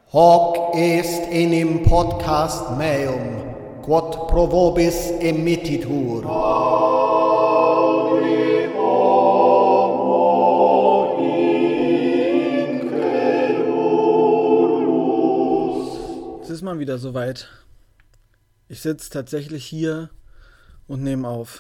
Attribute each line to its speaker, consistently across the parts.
Speaker 1: Hoc est enim podcast meum, quod pro vobis emittitur.
Speaker 2: Audi homo incredulus.
Speaker 3: Es ist mal wieder soweit. Ich sitze tatsächlich hier und nehme auf.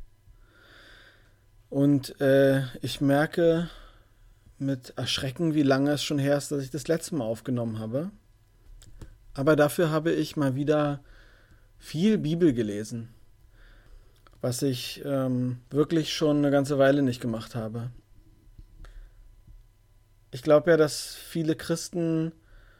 Speaker 3: Und ich merke mit Erschrecken, wie lange es schon her ist, dass ich das letzte Mal aufgenommen habe. Aber dafür habe ich mal wieder viel Bibel gelesen, was ich wirklich schon eine ganze Weile nicht gemacht habe. Ich glaube ja, dass viele Christen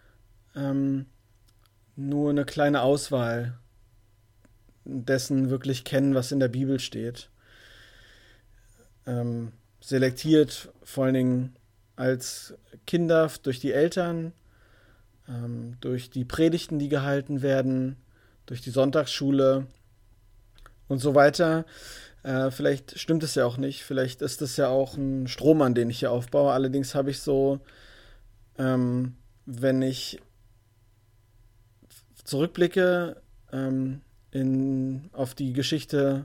Speaker 3: nur eine kleine Auswahl dessen wirklich kennen, was in der Bibel steht. Selektiert vor allen Dingen als Kinder durch die Eltern, durch die Predigten, die gehalten werden, durch die Sonntagsschule und so weiter. Vielleicht stimmt es ja auch nicht, vielleicht ist es ja auch ein Strohmann, den ich hier aufbaue. Allerdings habe ich so, wenn ich zurückblicke auf die Geschichte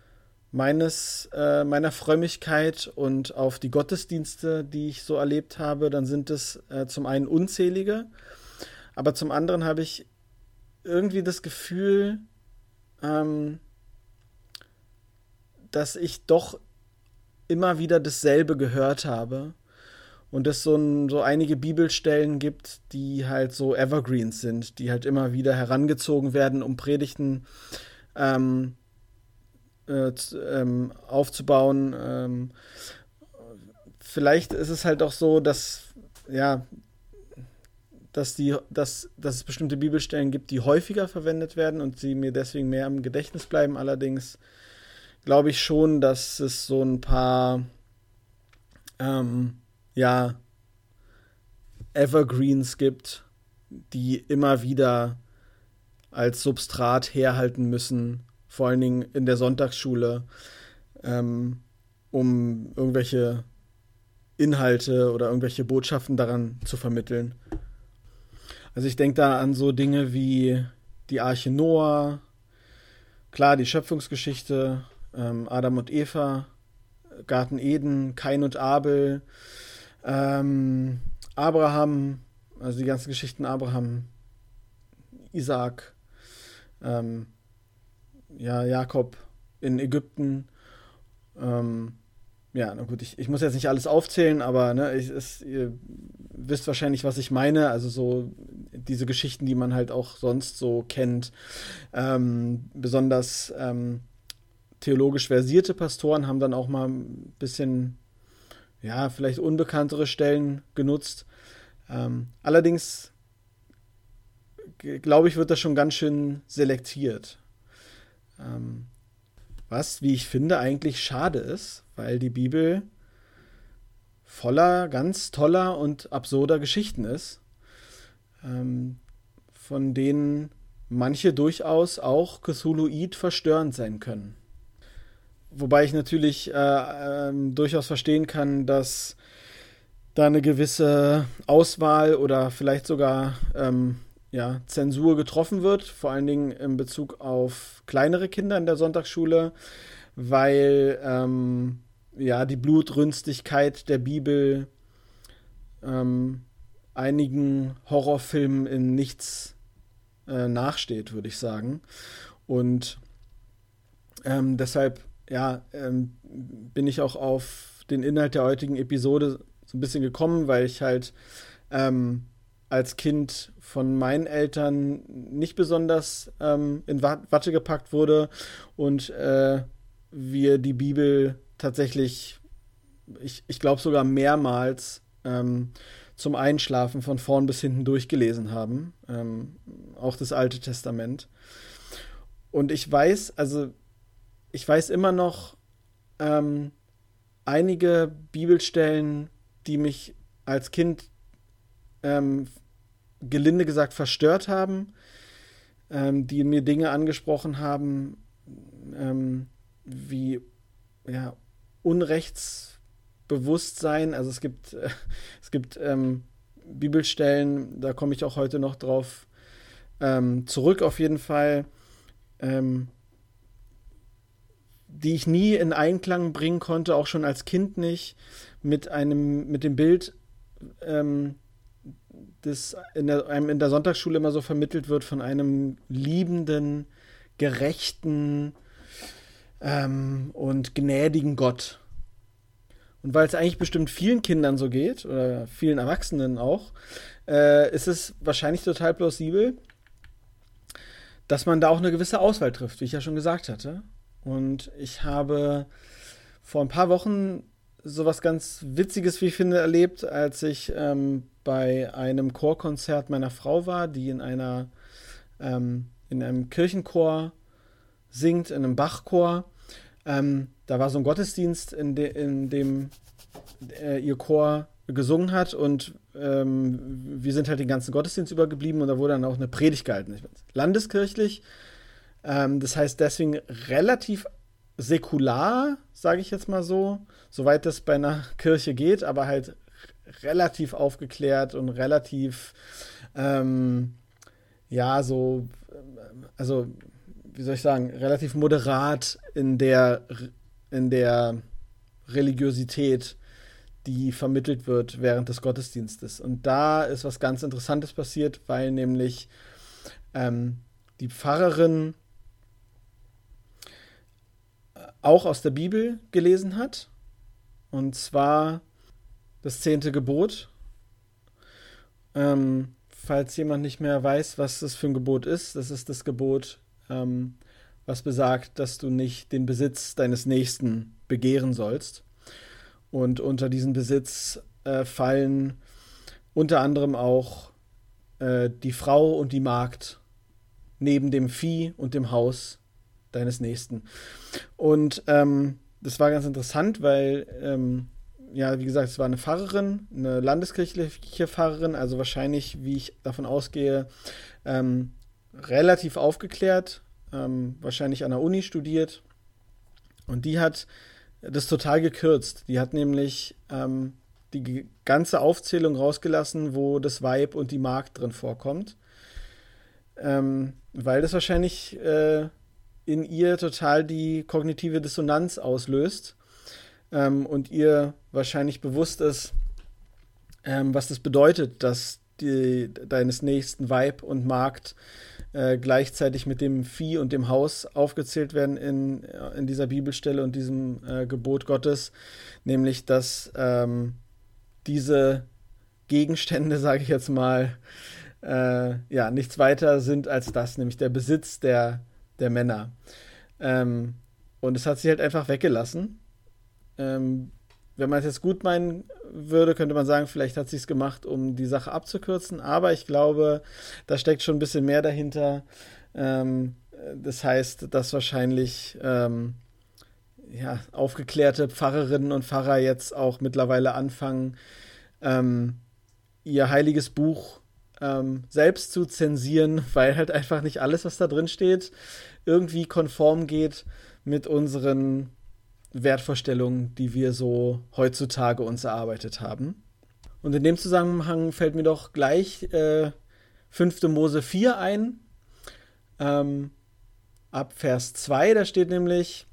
Speaker 3: meiner Frömmigkeit und auf die Gottesdienste, die ich so erlebt habe, dann sind es zum einen unzählige, aber zum anderen habe ich irgendwie das Gefühl, dass ich doch immer wieder dasselbe gehört habe und es so einige Bibelstellen gibt, die halt so Evergreens sind, die halt immer wieder herangezogen werden, um Predigten aufzubauen. Vielleicht ist es halt auch so, dass es bestimmte Bibelstellen gibt, die häufiger verwendet werden und sie mir deswegen mehr im Gedächtnis bleiben. Allerdings glaube ich schon, dass es so ein paar Evergreens gibt, die immer wieder als Substrat herhalten müssen, vor allen Dingen in der Sonntagsschule, um irgendwelche Inhalte oder irgendwelche Botschaften daran zu vermitteln. Also ich denke da an so Dinge wie die Arche Noah, klar, die Schöpfungsgeschichte, Adam und Eva, Garten Eden, Kain und Abel, Abraham, also die ganzen Geschichten Abraham, Isaak, Jakob in Ägypten. Na gut, ich muss jetzt nicht alles aufzählen, aber ihr wisst wahrscheinlich, was ich meine. Also so diese Geschichten, die man halt auch sonst so kennt. Besonders theologisch versierte Pastoren haben dann auch mal ein bisschen, vielleicht unbekanntere Stellen genutzt. Allerdings, glaube ich, wird das schon ganz schön selektiert. Was, wie ich finde, eigentlich schade ist, weil die Bibel voller ganz toller und absurder Geschichten ist, von denen manche durchaus auch Cthulhuid verstörend sein können. Wobei ich natürlich durchaus verstehen kann, dass da eine gewisse Auswahl oder vielleicht sogar Zensur getroffen wird, vor allen Dingen in Bezug auf kleinere Kinder in der Sonntagsschule, weil die Blutrünstigkeit der Bibel einigen Horrorfilmen in nichts nachsteht, würde ich sagen. Und deshalb bin ich auch auf den Inhalt der heutigen Episode so ein bisschen gekommen, weil ich halt als Kind von meinen Eltern nicht besonders in Watte gepackt wurde und wir die Bibel tatsächlich, ich glaube sogar mehrmals zum Einschlafen von vorn bis hinten durchgelesen haben, auch das Alte Testament. Und ich weiß immer noch einige Bibelstellen, die mich als Kind gelinde gesagt verstört haben, die mir Dinge angesprochen haben, wie Unrechtsbewusstsein. Also es gibt Bibelstellen, da komme ich auch heute noch drauf zurück auf jeden Fall, die ich nie in Einklang bringen konnte, auch schon als Kind nicht, mit dem Bild, das einem in der Sonntagsschule immer so vermittelt wird von einem liebenden, gerechten und gnädigen Gott. Und weil es eigentlich bestimmt vielen Kindern so geht, oder vielen Erwachsenen auch, ist es wahrscheinlich total plausibel, dass man da auch eine gewisse Auswahl trifft, wie ich ja schon gesagt hatte. Und ich habe vor ein paar Wochen sowas ganz Witziges, wie ich finde, erlebt, als ich bei einem Chorkonzert meiner Frau war, die in einem Kirchenchor singt, in einem Bachchor. Da war so ein Gottesdienst, in dem ihr Chor gesungen hat, und wir sind halt den ganzen Gottesdienst übergeblieben, und da wurde dann auch eine Predigt gehalten. Landeskirchlich, das heißt deswegen relativ säkular, sage ich jetzt mal so, soweit das bei einer Kirche geht, aber halt relativ aufgeklärt und relativ, wie soll ich sagen, relativ moderat in der Religiosität, die vermittelt wird während des Gottesdienstes. Und da ist was ganz Interessantes passiert, weil nämlich die Pfarrerin auch aus der Bibel gelesen hat, und zwar das 10. Gebot. Falls jemand nicht mehr weiß, was das für ein Gebot ist, das ist das Gebot, was besagt, dass du nicht den Besitz deines Nächsten begehren sollst. Und unter diesen Besitz fallen unter anderem auch die Frau und die Magd neben dem Vieh und dem Haus deines Nächsten. Und das war ganz interessant, weil, wie gesagt, es war eine Pfarrerin, eine landeskirchliche Pfarrerin, also wahrscheinlich, wie ich davon ausgehe, relativ aufgeklärt, wahrscheinlich an der Uni studiert. Und die hat das total gekürzt. Die hat nämlich die ganze Aufzählung rausgelassen, wo das Weib und die Magd drin vorkommt. Weil das wahrscheinlich in ihr total die kognitive Dissonanz auslöst und ihr wahrscheinlich bewusst ist, was das bedeutet, dass deines nächsten Weib und Magd gleichzeitig mit dem Vieh und dem Haus aufgezählt werden in dieser Bibelstelle und diesem Gebot Gottes, nämlich dass diese Gegenstände, sage ich jetzt mal, nichts weiter sind als das, nämlich der Besitz der Männer. Und es hat sie halt einfach weggelassen. Wenn man es jetzt gut meinen würde, könnte man sagen, vielleicht hat sie es gemacht, um die Sache abzukürzen, aber ich glaube, da steckt schon ein bisschen mehr dahinter. Das heißt, dass wahrscheinlich aufgeklärte Pfarrerinnen und Pfarrer jetzt auch mittlerweile anfangen, ihr heiliges Buch selbst zu zensieren, weil halt einfach nicht alles, was da drin steht, irgendwie konform geht mit unseren Wertvorstellungen, die wir so heutzutage uns erarbeitet haben. Und in dem Zusammenhang fällt mir doch gleich 5. Mose 4 ein, ab Vers 2, da steht nämlich: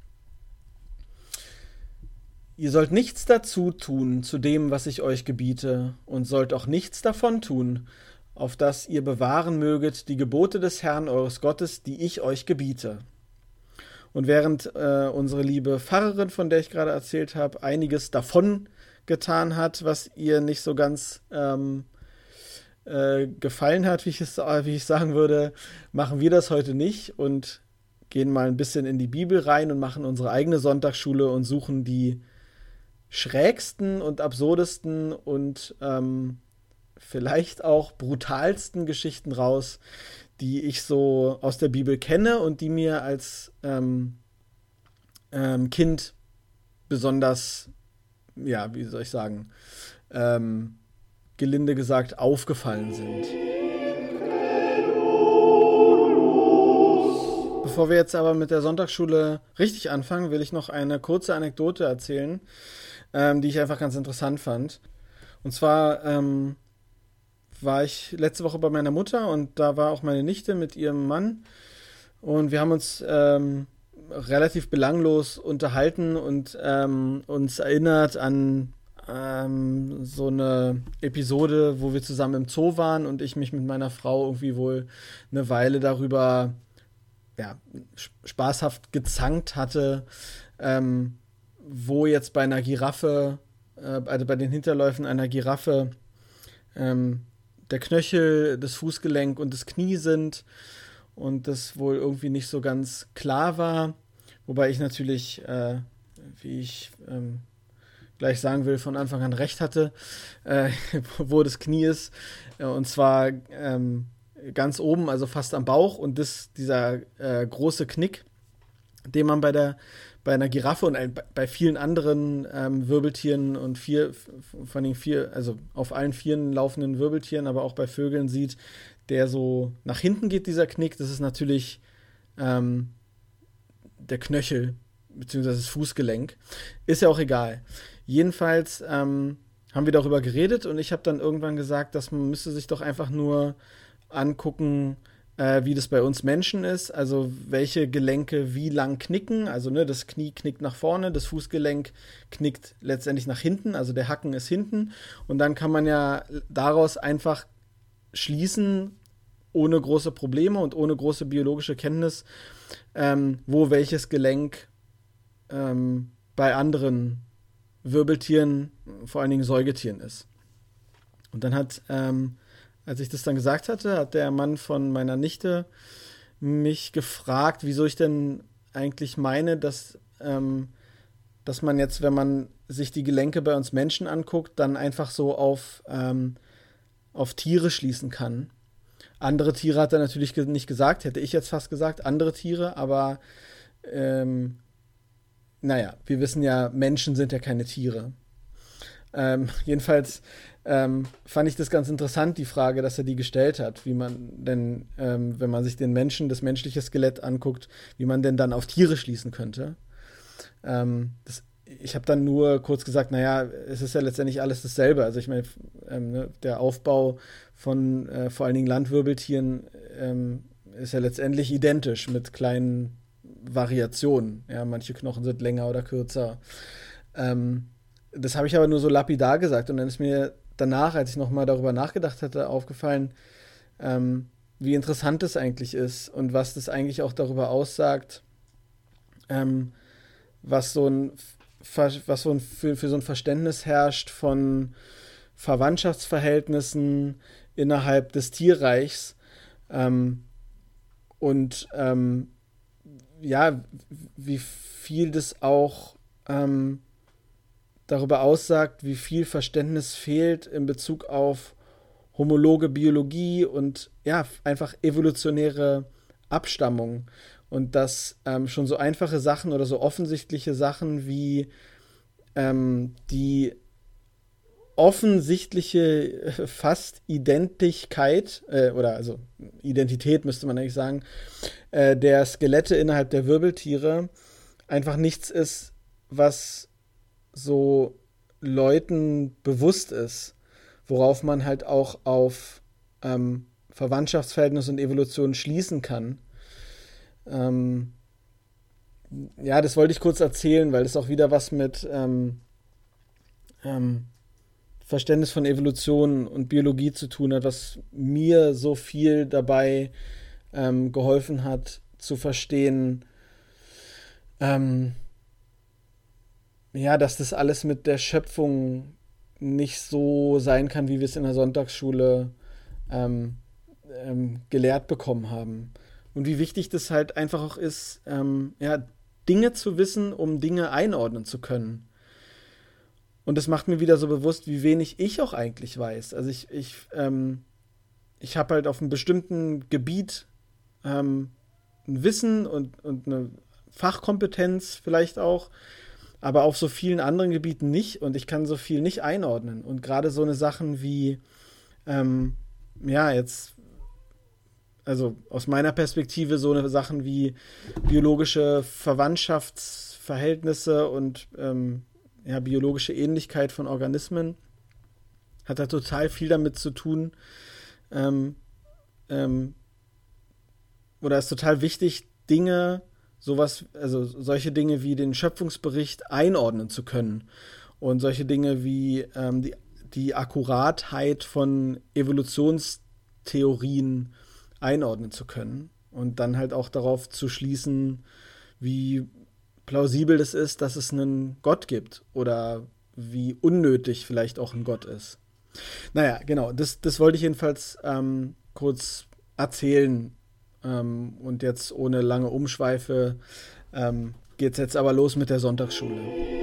Speaker 3: Ihr sollt nichts dazu tun zu dem, was ich euch gebiete, und sollt auch nichts davon tun, auf dass ihr bewahren möget die Gebote des Herrn eures Gottes, die ich euch gebiete. Und während unsere liebe Pfarrerin, von der ich gerade erzählt habe, einiges davon getan hat, was ihr nicht so ganz gefallen hat, wie ich sagen würde, machen wir das heute nicht und gehen mal ein bisschen in die Bibel rein und machen unsere eigene Sonntagsschule und suchen die schrägsten und absurdesten und vielleicht auch brutalsten Geschichten raus, die ich so aus der Bibel kenne und die mir als Kind besonders, wie soll ich sagen, gelinde gesagt, aufgefallen sind. Bevor wir jetzt aber mit der Sonntagsschule richtig anfangen, will ich noch eine kurze Anekdote erzählen, die ich einfach ganz interessant fand. Und zwar war ich letzte Woche bei meiner Mutter und da war auch meine Nichte mit ihrem Mann und wir haben uns relativ belanglos unterhalten und uns erinnert an so eine Episode, wo wir zusammen im Zoo waren und ich mich mit meiner Frau irgendwie wohl eine Weile darüber spaßhaft gezankt hatte, wo jetzt bei einer Giraffe, also bei den Hinterläufen einer Giraffe, der Knöchel, das Fußgelenk und das Knie sind und das wohl irgendwie nicht so ganz klar war, wobei ich natürlich, wie ich gleich sagen will, von Anfang an recht hatte, wo das Knie ist, und zwar ganz oben, also fast am Bauch, und dieser große Knick, den man bei einer Giraffe und bei vielen anderen Wirbeltieren und also auf allen vieren laufenden Wirbeltieren, aber auch bei Vögeln sieht, der so nach hinten geht, dieser Knick, das ist natürlich der Knöchel, beziehungsweise das Fußgelenk. Ist ja auch egal. Jedenfalls haben wir darüber geredet und ich habe dann irgendwann gesagt, dass man müsste sich doch einfach nur angucken, wie das bei uns Menschen ist, also welche Gelenke wie lang knicken, also das Knie knickt nach vorne, das Fußgelenk knickt letztendlich nach hinten, also der Hacken ist hinten und dann kann man ja daraus einfach schließen, ohne große Probleme und ohne große biologische Kenntnis, wo welches Gelenk bei anderen Wirbeltieren, vor allen Dingen Säugetieren ist. Und dann als ich das dann gesagt hatte, hat der Mann von meiner Nichte mich gefragt, wieso ich denn eigentlich meine, dass man jetzt, wenn man sich die Gelenke bei uns Menschen anguckt, dann einfach so auf Tiere schließen kann. Andere Tiere hat er natürlich nicht gesagt, hätte ich jetzt fast gesagt, andere Tiere, aber wir wissen ja, Menschen sind ja keine Tiere. Jedenfalls fand ich das ganz interessant, die Frage, dass er die gestellt hat, wie man denn, wenn man sich den Menschen, das menschliche Skelett anguckt, wie man denn dann auf Tiere schließen könnte. Ich habe dann nur kurz gesagt, es ist ja letztendlich alles dasselbe. Also ich meine, der Aufbau von vor allen Dingen Landwirbeltieren ist ja letztendlich identisch mit kleinen Variationen. Ja, manche Knochen sind länger oder kürzer. Das habe ich aber nur so lapidar gesagt und dann ist mir danach, als ich nochmal darüber nachgedacht hatte, aufgefallen, wie interessant das eigentlich ist und was das eigentlich auch darüber aussagt, was für so ein Verständnis herrscht von Verwandtschaftsverhältnissen innerhalb des Tierreichs und wie viel das auch darüber aussagt, wie viel Verständnis fehlt in Bezug auf homologe Biologie und einfach evolutionäre Abstammung. Und dass schon so einfache Sachen oder so offensichtliche Sachen wie die offensichtliche fast Identität also Identität müsste man eigentlich sagen, der Skelette innerhalb der Wirbeltiere einfach nichts ist, was so Leuten bewusst ist, worauf man halt auch auf Verwandtschaftsverhältnisse und Evolution schließen kann. Das wollte ich kurz erzählen, weil es auch wieder was mit Verständnis von Evolution und Biologie zu tun hat, was mir so viel dabei geholfen hat, zu verstehen, dass das alles mit der Schöpfung nicht so sein kann, wie wir es in der Sonntagsschule gelehrt bekommen haben. Und wie wichtig das halt einfach auch ist, Dinge zu wissen, um Dinge einordnen zu können. Und das macht mir wieder so bewusst, wie wenig ich auch eigentlich weiß. Also ich habe halt auf einem bestimmten Gebiet ein Wissen und eine Fachkompetenz vielleicht auch, aber auf so vielen anderen Gebieten nicht und ich kann so viel nicht einordnen. Und gerade so eine Sachen wie, also aus meiner Perspektive so eine Sachen wie biologische Verwandtschaftsverhältnisse und biologische Ähnlichkeit von Organismen, hat da total viel damit zu tun, oder ist total wichtig, solche Dinge wie den Schöpfungsbericht einordnen zu können und solche Dinge wie die Akkuratheit von Evolutionstheorien einordnen zu können und dann halt auch darauf zu schließen, wie plausibel es ist, dass es einen Gott gibt oder wie unnötig vielleicht auch ein Gott ist. Naja, genau, das wollte ich jedenfalls kurz erzählen. Und jetzt ohne lange Umschweife geht's jetzt aber los mit der Sonntagsschule.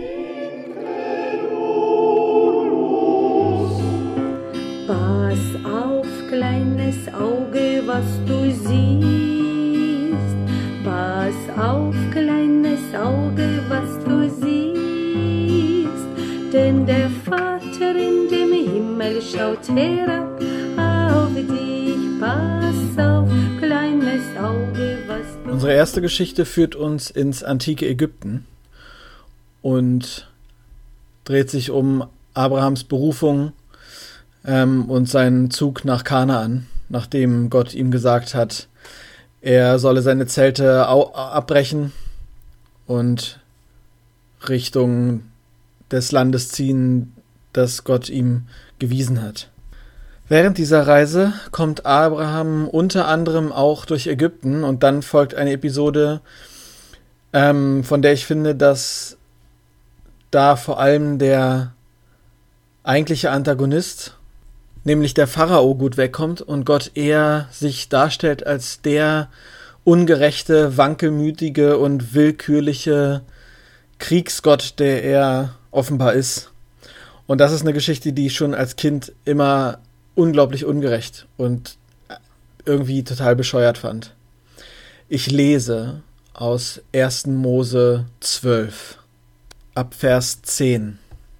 Speaker 2: Pass auf, kleines Auge, was du siehst. Pass auf, kleines Auge, was du siehst. Denn der Vater in dem Himmel schaut herab auf dich. Pass auf, kleines Auge, was du...
Speaker 3: Unsere erste Geschichte führt uns ins antike Ägypten und dreht sich um Abrahams Berufung und seinen Zug nach Kanaan, nachdem Gott ihm gesagt hat, er solle seine Zelte abbrechen und Richtung des Landes ziehen, das Gott ihm gewiesen hat. Während dieser Reise kommt Abraham unter anderem auch durch Ägypten und dann folgt eine Episode, von der ich finde, dass da vor allem der eigentliche Antagonist, nämlich der Pharao, gut wegkommt und Gott eher sich darstellt als der ungerechte, wankelmütige und willkürliche Kriegsgott, der er offenbar ist. Und das ist eine Geschichte, die ich schon als Kind immer unglaublich ungerecht und irgendwie total bescheuert fand. Ich lese aus 1. Mose 12, ab Vers 10.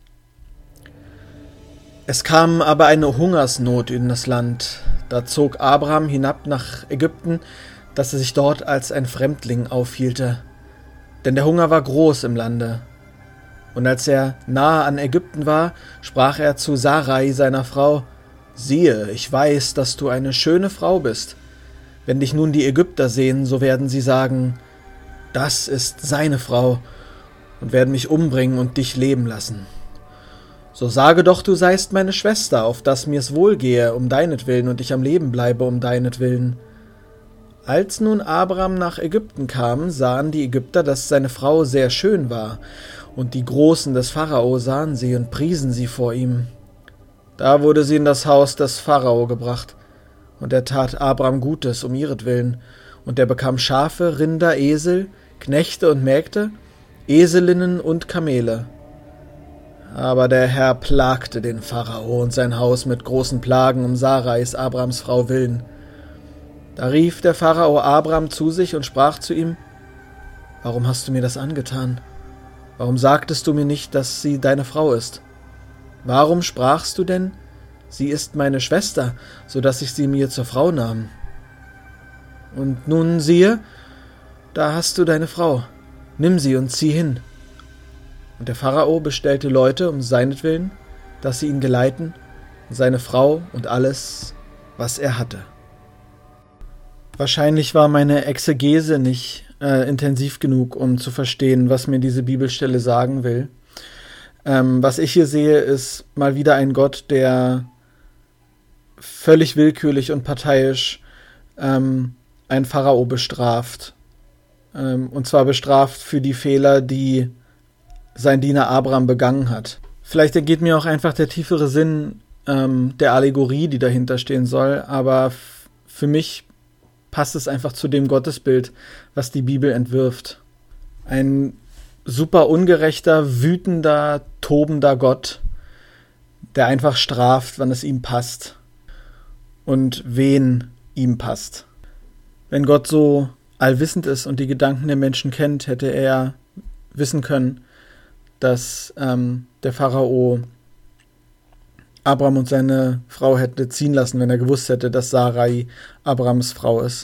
Speaker 3: Es kam aber eine Hungersnot in das Land. Da zog Abraham hinab nach Ägypten, dass er sich dort als ein Fremdling aufhielte. Denn der Hunger war groß im Lande. Und als er nahe an Ägypten war, sprach er zu Sarai, seiner Frau: Siehe, ich weiß, dass du eine schöne Frau bist. Wenn dich nun die Ägypter sehen, so werden sie sagen, das ist seine Frau, und werden mich umbringen und dich leben lassen. So sage doch, du seist meine Schwester, auf dass mir's wohlgehe um deinetwillen und ich am Leben bleibe um deinetwillen. Als nun Abraham nach Ägypten kam, sahen die Ägypter, dass seine Frau sehr schön war, und die Großen des Pharao sahen sie und priesen sie vor ihm. Da wurde sie in das Haus des Pharao gebracht, und er tat Abraham Gutes um ihretwillen, und er bekam Schafe, Rinder, Esel, Knechte und Mägde, Eselinnen und Kamele. Aber der Herr plagte den Pharao und sein Haus mit großen Plagen um Sarais, Abrahams Frau, willen. Da rief der Pharao Abraham zu sich und sprach zu ihm: Warum hast du mir das angetan? Warum sagtest du mir nicht, dass sie deine Frau ist? Warum sprachst du denn, sie ist meine Schwester, so dass ich sie mir zur Frau nahm? Und nun siehe, da hast du deine Frau. Nimm sie und zieh hin. Und der Pharao bestellte Leute um seinetwillen, dass sie ihn geleiten, und seine Frau und alles, was er hatte. Wahrscheinlich war meine Exegese nicht intensiv genug, um zu verstehen, was mir diese Bibelstelle sagen will. Was ich hier sehe, ist mal wieder ein Gott, der völlig willkürlich und parteiisch einen Pharao bestraft. Und zwar bestraft für die Fehler, die sein Diener Abraham begangen hat. Vielleicht ergeht mir auch einfach der tiefere Sinn der Allegorie, die dahinter stehen soll, aber für mich passt es einfach zu dem Gottesbild, was die Bibel entwirft. Ein super ungerechter, wütender, tobender Gott, der einfach straft, wann es ihm passt und wen ihm passt. Wenn Gott so allwissend ist und die Gedanken der Menschen kennt, hätte er wissen können, dass der Pharao Abraham und seine Frau hätte ziehen lassen, wenn er gewusst hätte, dass Sarai Abrahams Frau ist.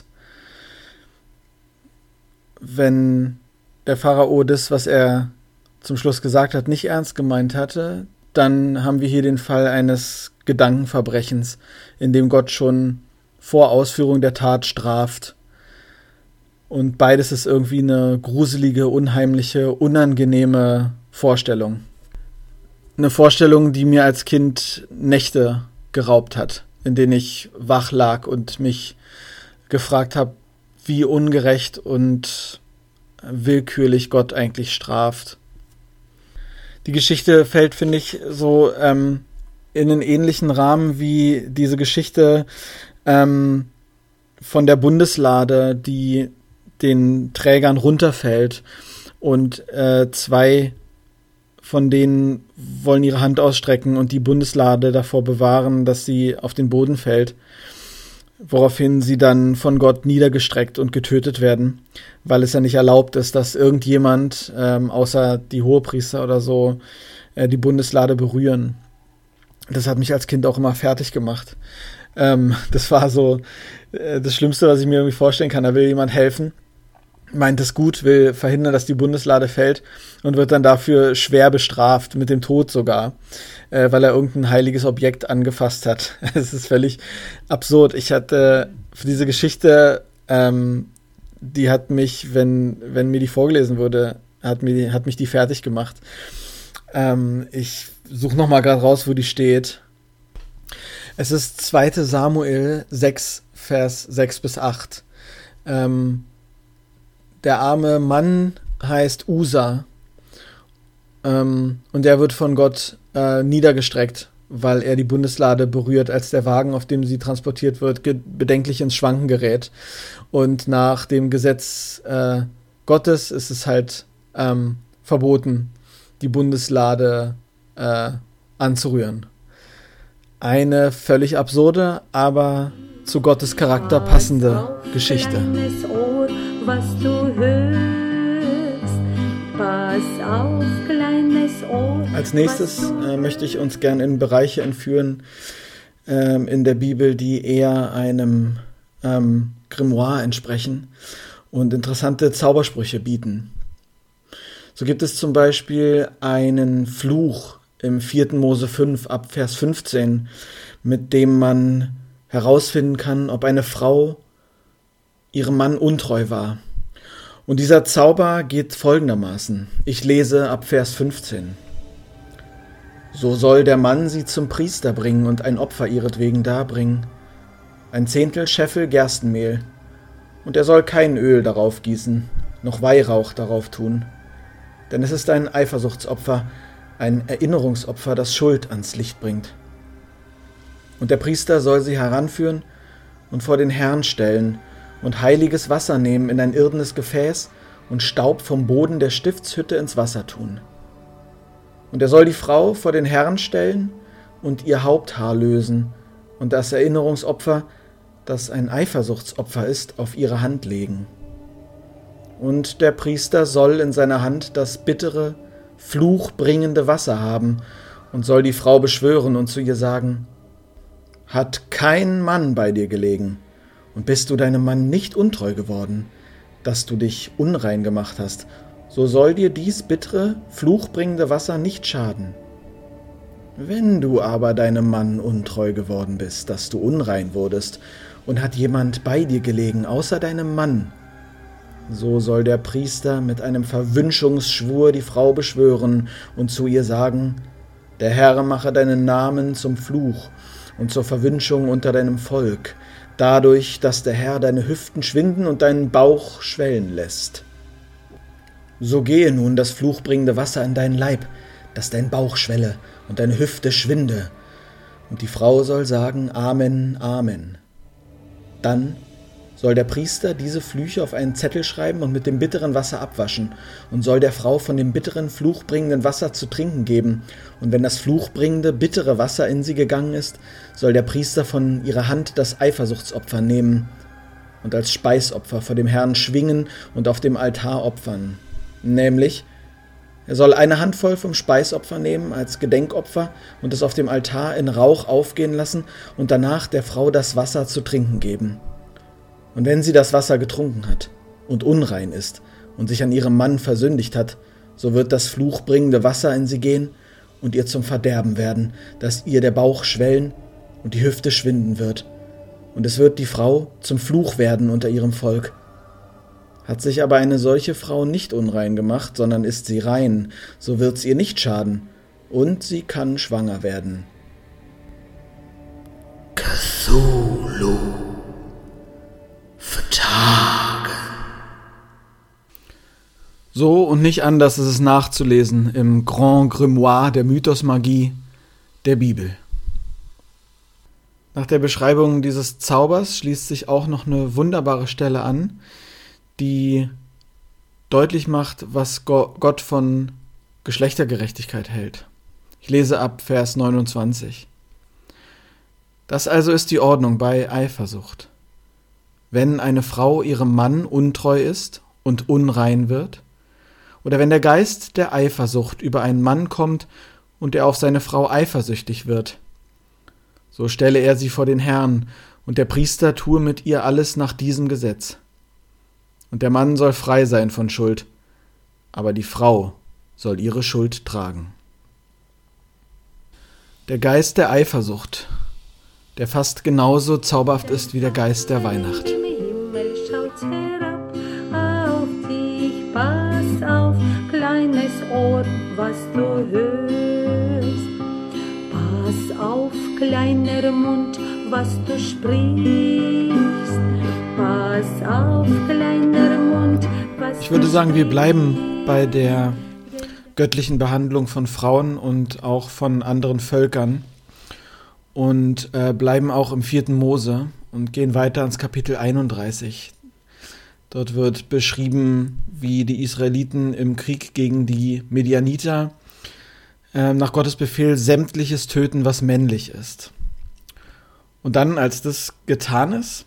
Speaker 3: Wenn der Pharao das, was er zum Schluss gesagt hat, nicht ernst gemeint hatte, dann haben wir hier den Fall eines Gedankenverbrechens, in dem Gott schon vor Ausführung der Tat straft. Und beides ist irgendwie eine gruselige, unheimliche, unangenehme Vorstellung. Eine Vorstellung, die mir als Kind Nächte geraubt hat, in denen ich wach lag und mich gefragt habe, wie ungerecht und willkürlich Gott eigentlich straft. Die Geschichte fällt, finde ich, so in einen ähnlichen Rahmen wie diese Geschichte von der Bundeslade, die den Trägern runterfällt und 2 von denen wollen ihre Hand ausstrecken und die Bundeslade davor bewahren, dass sie auf den Boden fällt, woraufhin sie dann von Gott niedergestreckt und getötet werden, weil es ja nicht erlaubt ist, dass irgendjemand, außer die Hohepriester oder so, die Bundeslade berühren. Das hat mich als Kind auch immer fertig gemacht. Das war so das Schlimmste, was ich mir irgendwie vorstellen kann. Da will jemand helfen, meint es gut, will verhindern, dass die Bundeslade fällt und wird dann dafür schwer bestraft, mit dem Tod sogar, weil er irgendein heiliges Objekt angefasst hat. Es ist völlig absurd. Ich hatte für diese Geschichte, die hat mich, wenn mir die vorgelesen wurde, hat mich die fertig gemacht. Ich suche nochmal gerade raus, wo die steht. Es ist 2. Samuel 6, Vers 6 bis 8. Der arme Mann heißt Usa und er wird von Gott niedergestreckt, weil er die Bundeslade berührt, als der Wagen, auf dem sie transportiert wird, bedenklich ins Schwanken gerät. Und nach dem Gesetz Gottes ist es halt verboten, die Bundeslade anzurühren. Eine völlig absurde, aber zu Gottes Charakter passende Geschichte.
Speaker 2: Ohr, was du hörst. Pass auf, kleines Ohr.
Speaker 3: Als nächstes möchte ich uns gern in Bereiche entführen in der Bibel, die eher einem Grimoire entsprechen und interessante Zaubersprüche bieten. So gibt es zum Beispiel einen Fluch im 4. Mose 5 ab Vers 15, mit dem man herausfinden kann, ob eine Frau ihrem Mann untreu war. Und dieser Zauber geht folgendermaßen. Ich lese ab Vers 15. So soll der Mann sie zum Priester bringen und ein Opfer ihretwegen darbringen, 1/10 Scheffel Gerstenmehl, und er soll kein Öl darauf gießen, noch Weihrauch darauf tun, denn es ist ein Eifersuchtsopfer, ein Erinnerungsopfer, das Schuld ans Licht bringt. Und der Priester soll sie heranführen und vor den Herrn stellen und heiliges Wasser nehmen in ein irdenes Gefäß und Staub vom Boden der Stiftshütte ins Wasser tun. Und er soll die Frau vor den Herrn stellen und ihr Haupthaar lösen und das Erinnerungsopfer, das ein Eifersuchtsopfer ist, auf ihre Hand legen. Und der Priester soll in seiner Hand das bittere, fluchbringende Wasser haben und soll die Frau beschwören und zu ihr sagen: Hat kein Mann bei dir gelegen, und bist du deinem Mann nicht untreu geworden, dass du dich unrein gemacht hast, so soll dir dies bittere, fluchbringende Wasser nicht schaden. Wenn du aber deinem Mann untreu geworden bist, dass du unrein wurdest, und hat jemand bei dir gelegen, außer deinem Mann, so soll der Priester mit einem Verwünschungsschwur die Frau beschwören und zu ihr sagen: Der Herr mache deinen Namen zum Fluch und zur Verwünschung unter deinem Volk, dadurch, dass der Herr deine Hüften schwinden und deinen Bauch schwellen lässt. So gehe nun das fluchbringende Wasser in deinen Leib, dass dein Bauch schwelle und deine Hüfte schwinde. Und die Frau soll sagen: Amen, Amen. Dann soll der Priester diese Flüche auf einen Zettel schreiben und mit dem bitteren Wasser abwaschen und soll der Frau von dem bitteren, fluchbringenden Wasser zu trinken geben. Und wenn das fluchbringende, bittere Wasser in sie gegangen ist, soll der Priester von ihrer Hand das Eifersuchtsopfer nehmen und als Speisopfer vor dem Herrn schwingen und auf dem Altar opfern. Nämlich, er soll eine Handvoll vom Speisopfer nehmen als Gedenkopfer und es auf dem Altar in Rauch aufgehen lassen und danach der Frau das Wasser zu trinken geben. Und wenn sie das Wasser getrunken hat und unrein ist und sich an ihrem Mann versündigt hat, so wird das fluchbringende Wasser in sie gehen und ihr zum Verderben werden, dass ihr der Bauch schwellen und die Hüfte schwinden wird. Und es wird die Frau zum Fluch werden unter ihrem Volk. Hat sich aber eine solche Frau nicht unrein gemacht, sondern ist sie rein, so wird's ihr nicht schaden, und sie kann schwanger werden.
Speaker 1: Cthulhu vertagen.
Speaker 3: So und nicht anders ist es nachzulesen im Grand Grimoire der Mythosmagie der Bibel. Nach der Beschreibung dieses Zaubers schließt sich auch noch eine wunderbare Stelle an, die deutlich macht, was Gott von Geschlechtergerechtigkeit hält. Ich lese ab Vers 29. Das also ist die Ordnung bei Eifersucht. Wenn eine Frau ihrem Mann untreu ist und unrein wird, oder wenn der Geist der Eifersucht über einen Mann kommt und er auf seine Frau eifersüchtig wird, so stelle er sie vor den Herrn, und der Priester tue mit ihr alles nach diesem Gesetz. Und der Mann soll frei sein von Schuld, aber die Frau soll ihre Schuld tragen. Der Geist der Eifersucht, der fast genauso zauberhaft ist wie der Geist der Weihnacht.
Speaker 2: Im Himmel schaut's herab auf dich, pass auf, kleines Ohr, was du hörst. Pass auf, kleiner Mund, was du sprichst. Pass auf, kleiner Mund, was
Speaker 3: Ich würde sagen, wir bleiben bei der göttlichen Behandlung von Frauen und auch von anderen Völkern und bleiben auch im 4. Mose und gehen weiter ins Kapitel 31. Dort wird beschrieben, wie die Israeliten im Krieg gegen die Medianiter nach Gottes Befehl sämtliches töten, was männlich ist. Und dann, als das getan ist,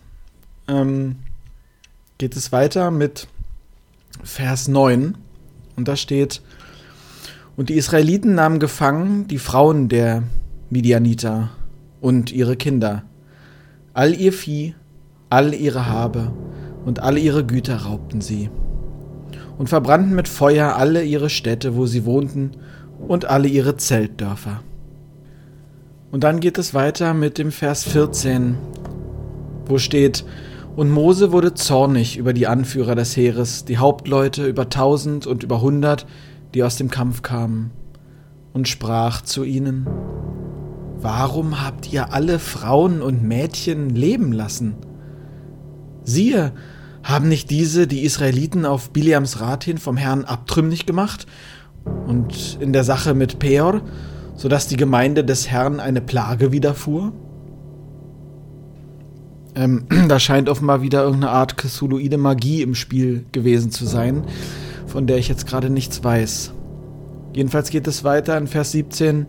Speaker 3: geht es weiter mit Vers 9. Und da steht: Und die Israeliten nahmen gefangen die Frauen der Midianiter und ihre Kinder, all ihr Vieh, all ihre Habe und alle ihre Güter raubten sie und verbrannten mit Feuer alle ihre Städte, wo sie wohnten, und alle ihre Zeltdörfer. Und dann geht es weiter mit dem Vers 14, wo steht: Und Mose wurde zornig über die Anführer des Heeres, die Hauptleute über 1000 und über 100, die aus dem Kampf kamen, und sprach zu ihnen: Warum habt ihr alle Frauen und Mädchen leben lassen? Siehe, haben nicht diese die Israeliten auf Bileams Rat hin vom Herrn abtrünnig gemacht und in der Sache mit Peor, sodass die Gemeinde des Herrn eine Plage widerfuhr? Da scheint offenbar wieder irgendeine Art cthulhuide Magie im Spiel gewesen zu sein, von der ich jetzt gerade nichts weiß. Jedenfalls geht es weiter in Vers 17.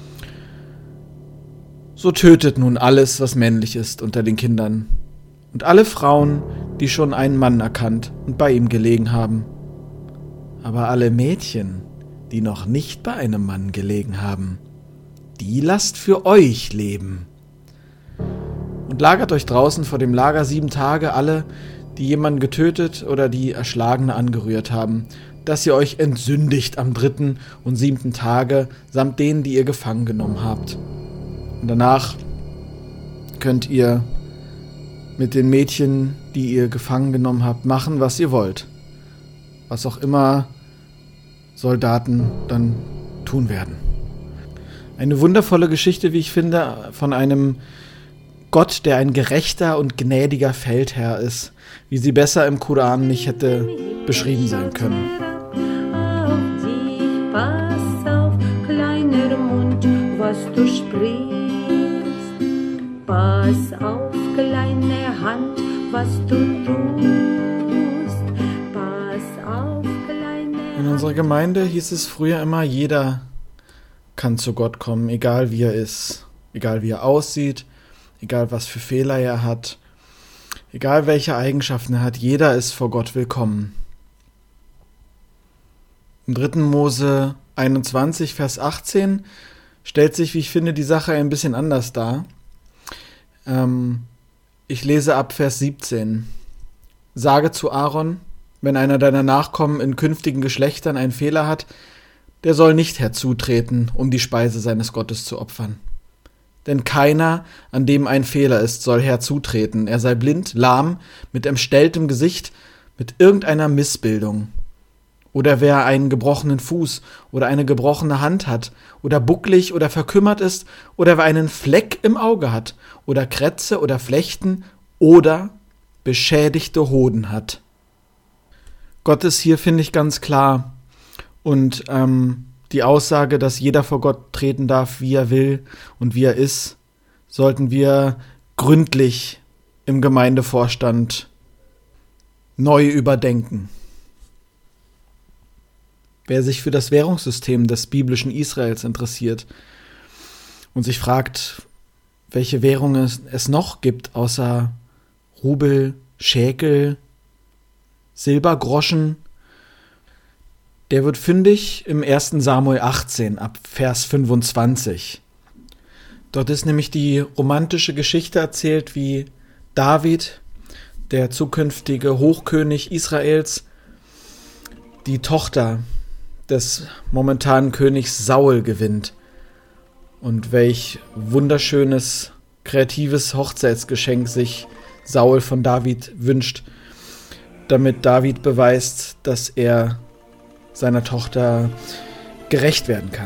Speaker 3: So tötet nun alles, was männlich ist, unter den Kindern, und alle Frauen, die schon einen Mann erkannt und bei ihm gelegen haben. Aber alle Mädchen, die noch nicht bei einem Mann gelegen haben, die lasst für euch leben. Und lagert euch draußen vor dem Lager 7 Tage alle, die jemanden getötet oder die Erschlagene angerührt haben, dass ihr euch entsündigt am 3. und 7. Tage, samt denen, die ihr gefangen genommen habt. Und danach könnt ihr mit den Mädchen, die ihr gefangen genommen habt, machen, was ihr wollt. Was auch immer Soldaten dann tun werden. Eine wundervolle Geschichte, wie ich finde, von einem Gott, der ein gerechter und gnädiger Feldherr ist, wie sie besser im Koran nicht hätte beschrieben sein können.
Speaker 2: auf dich, pass auf, kleiner Mund, was du sprichst. Pass auf, kleine Hand, was du tust. Pass auf, kleine Hand.
Speaker 3: In unserer Gemeinde hieß es früher immer, jeder kann zu Gott kommen, egal wie er ist, egal wie er aussieht, egal was für Fehler er hat, egal welche Eigenschaften er hat, jeder ist vor Gott willkommen. Im 3. Mose 21, Vers 18 stellt sich, wie ich finde, die Sache ein bisschen anders dar. Ich lese ab Vers 17. Sage zu Aaron, wenn einer deiner Nachkommen in künftigen Geschlechtern einen Fehler hat, der soll nicht herzutreten, um die Speise seines Gottes zu opfern. Denn keiner, an dem ein Fehler ist, soll herzutreten. Er sei blind, lahm, mit entstelltem Gesicht, mit irgendeiner Missbildung. Oder wer einen gebrochenen Fuß oder eine gebrochene Hand hat, oder bucklig oder verkümmert ist, oder wer einen Fleck im Auge hat, oder Krätze oder Flechten, oder beschädigte Hoden hat. Gott ist hier, finde ich, ganz klar. Und die Aussage, dass jeder vor Gott treten darf, wie er will und wie er ist, sollten wir gründlich im Gemeindevorstand neu überdenken. Wer sich für das Währungssystem des biblischen Israels interessiert und sich fragt, welche Währungen es noch gibt, außer Rubel, Schäkel, Silbergroschen, der wird fündig im 1. Samuel 18 ab Vers 25. Dort ist nämlich die romantische Geschichte erzählt, wie David, der zukünftige Hochkönig Israels, die Tochter des momentanen Königs Saul gewinnt. Und welch wunderschönes, kreatives Hochzeitsgeschenk sich Saul von David wünscht, damit David beweist, dass er seiner Tochter gerecht werden kann.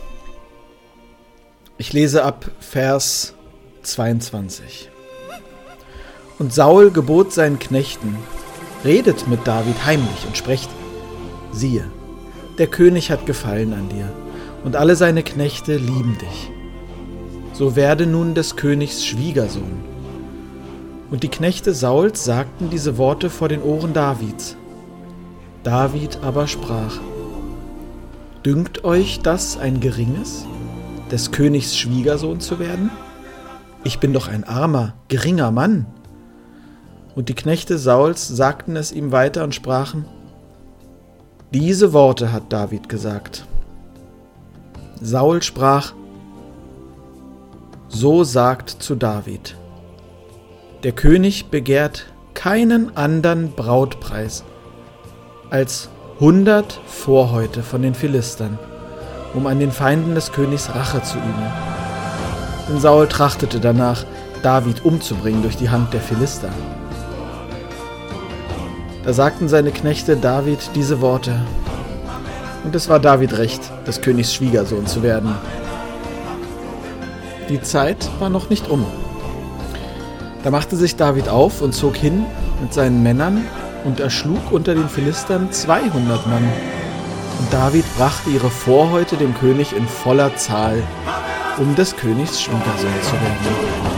Speaker 3: Ich lese ab Vers 22. Und Saul gebot seinen Knechten, redet mit David heimlich und sprecht, siehe, der König hat Gefallen an dir, und alle seine Knechte lieben dich. So werde nun des Königs Schwiegersohn. Und die Knechte Sauls sagten diese Worte vor den Ohren Davids. David aber sprach, dünkt euch das ein geringes, des Königs Schwiegersohn zu werden? Ich bin doch ein armer, geringer Mann. Und die Knechte Sauls sagten es ihm weiter und sprachen, diese Worte hat David gesagt. Saul sprach, so sagt zu David, der König begehrt keinen andern Brautpreis als 100 Vorhäute von den Philistern, um an den Feinden des Königs Rache zu üben. Denn Saul trachtete danach, David umzubringen durch die Hand der Philister. Da sagten seine Knechte David diese Worte. Und es war David recht, des Königs Schwiegersohn zu werden. Die Zeit war noch nicht um. Da machte sich David auf und zog hin mit seinen Männern und erschlug unter den Philistern 200 Mann. Und David brachte ihre Vorhäute dem König in voller Zahl, um des Königs Schwiegersohn zu werden.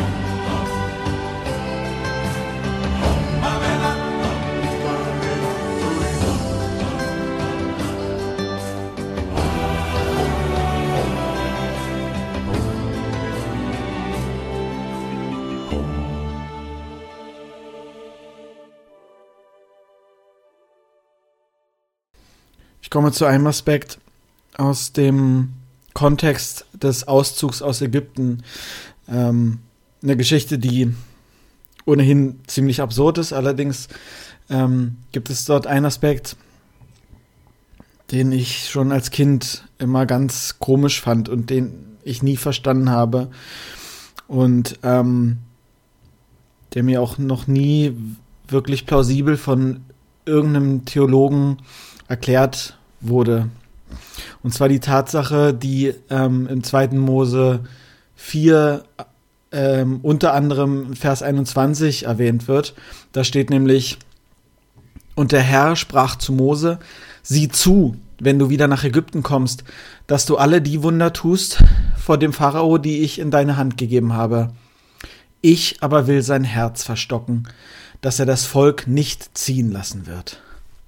Speaker 3: Ich komme zu einem Aspekt aus dem Kontext des Auszugs aus Ägypten. Eine Geschichte, die ohnehin ziemlich absurd ist. Allerdings gibt es dort einen Aspekt, den ich schon als Kind immer ganz komisch fand und den ich nie verstanden habe. Und der mir auch noch nie wirklich plausibel von irgendeinem Theologen erklärt wurde. Und zwar die Tatsache, die im 2. Mose 4 unter anderem Vers 21 erwähnt wird. Da steht nämlich, und der Herr sprach zu Mose, sieh zu, wenn du wieder nach Ägypten kommst, dass du alle die Wunder tust vor dem Pharao, die ich in deine Hand gegeben habe. Ich aber will sein Herz verstocken, dass er das Volk nicht ziehen lassen wird.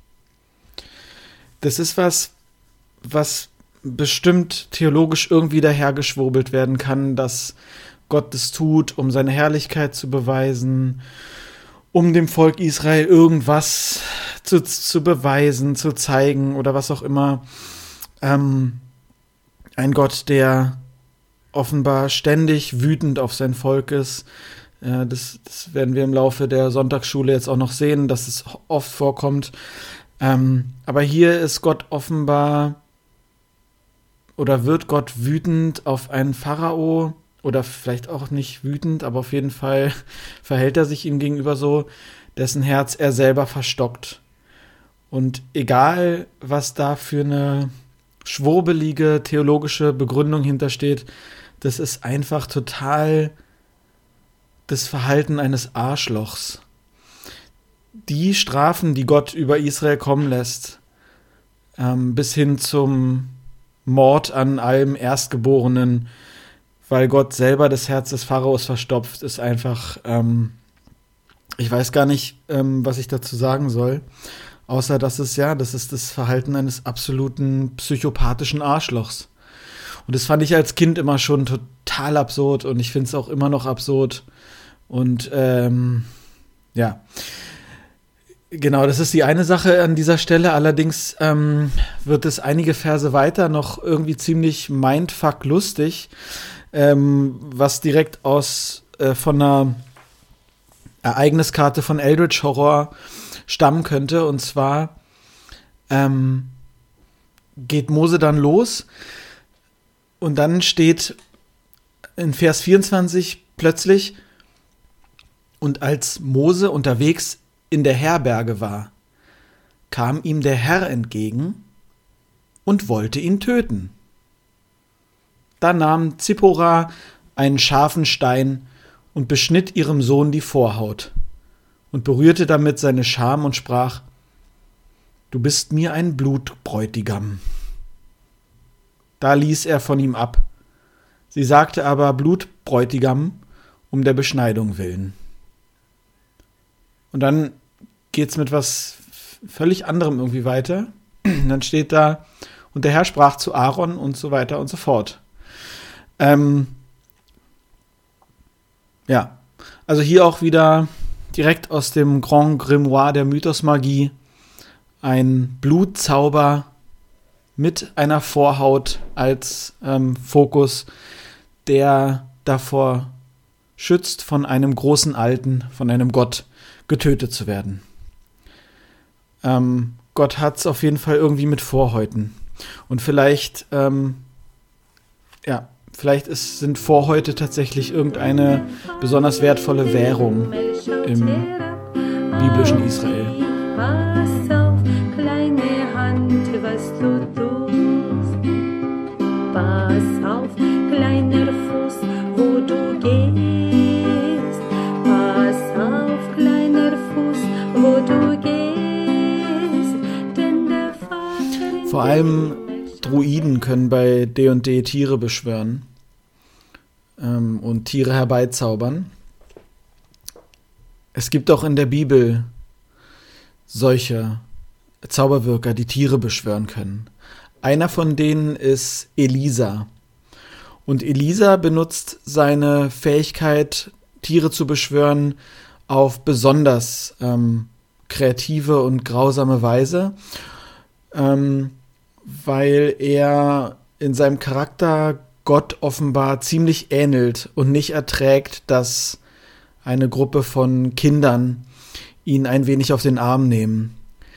Speaker 3: Das ist was bestimmt theologisch irgendwie dahergeschwurbelt werden kann, dass Gott es tut, um seine Herrlichkeit zu beweisen, um dem Volk Israel irgendwas zu beweisen, zu zeigen oder was auch immer. Ein Gott, der offenbar ständig wütend auf sein Volk ist. Das werden wir im Laufe der Sonntagsschule jetzt auch noch sehen, dass es oft vorkommt. Aber hier ist Gott offenbar oder wird Gott wütend auf einen Pharao, oder vielleicht auch nicht wütend, aber auf jeden Fall verhält er sich ihm gegenüber so, dessen Herz er selber verstockt. Und egal, was da für eine schwurbelige theologische Begründung hintersteht, das ist einfach total das Verhalten eines Arschlochs. Die Strafen, die Gott über Israel kommen lässt, bis hin zum Mord an allem Erstgeborenen, weil Gott selber das Herz des Pharaos verstopft, ist einfach, ich weiß gar nicht, was ich dazu sagen soll, außer das ist das Verhalten eines absoluten psychopathischen Arschlochs. Und das fand ich als Kind immer schon total absurd und ich finde es auch immer noch absurd. Und ja, genau, das ist die eine Sache an dieser Stelle. Allerdings wird es einige Verse weiter noch irgendwie ziemlich mindfuck lustig, was direkt von einer Ereigniskarte von Eldritch Horror stammen könnte. Und zwar geht Mose dann los und dann steht in Vers 24 plötzlich: Und als Mose unterwegs in der Herberge war, kam ihm der Herr entgegen und wollte ihn töten. Da nahm Zippora einen scharfen Stein und beschnitt ihrem Sohn die Vorhaut und berührte damit seine Scham und sprach: Du bist mir ein Blutbräutigam. Da ließ er von ihm ab. Sie sagte aber Blutbräutigam um der Beschneidung willen. Und dann geht's mit was völlig anderem irgendwie weiter. Und dann steht da: Und der Herr sprach zu Aaron und so weiter und so fort. Ja, also hier auch wieder direkt aus dem Grand Grimoire der Mythosmagie ein Blutzauber mit einer Vorhaut als Fokus, der davor schützt, von einem großen Alten, von einem Gott getötet zu werden. Gott hat es auf jeden Fall irgendwie mit Vorhäuten. Und vielleicht sind Vorhäute tatsächlich irgendeine besonders wertvolle Währung im biblischen Israel.
Speaker 2: Pass auf, kleine Hand, was du tust. Pass auf, kleiner Fuß, wo du gehst. Pass auf, kleiner Fuß, wo du gehst. Denn der Vater
Speaker 3: Vor allem Druiden können bei D&D Tiere beschwören und Tiere herbeizaubern. Es gibt auch in der Bibel solche Zauberwirker, die Tiere beschwören können. Einer von denen ist Elisa. Und Elisa benutzt seine Fähigkeit, Tiere zu beschwören, auf besonders kreative und grausame Weise, weil er in seinem Charakter Gott offenbar ziemlich ähnelt und nicht erträgt, dass eine Gruppe von Kindern ihn ein wenig auf den Arm nehmen.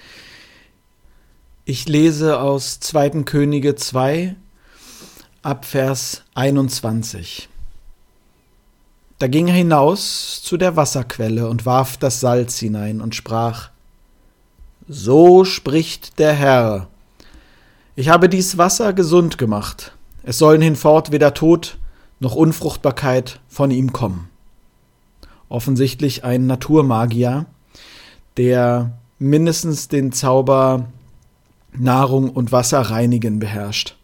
Speaker 3: Ich lese aus 2. Könige 2 ab Vers 21. Da ging er hinaus zu der Wasserquelle und warf das Salz hinein und sprach: So spricht der Herr: Ich habe dies Wasser gesund gemacht. Es sollen hinfort weder Tod noch Unfruchtbarkeit von ihm kommen. Offensichtlich ein Naturmagier, der mindestens den Zauber Nahrung und Wasser reinigen beherrscht.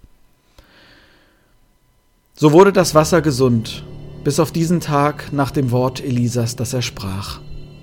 Speaker 3: So wurde das Wasser gesund, bis auf diesen Tag nach dem Wort Elisas, das er sprach.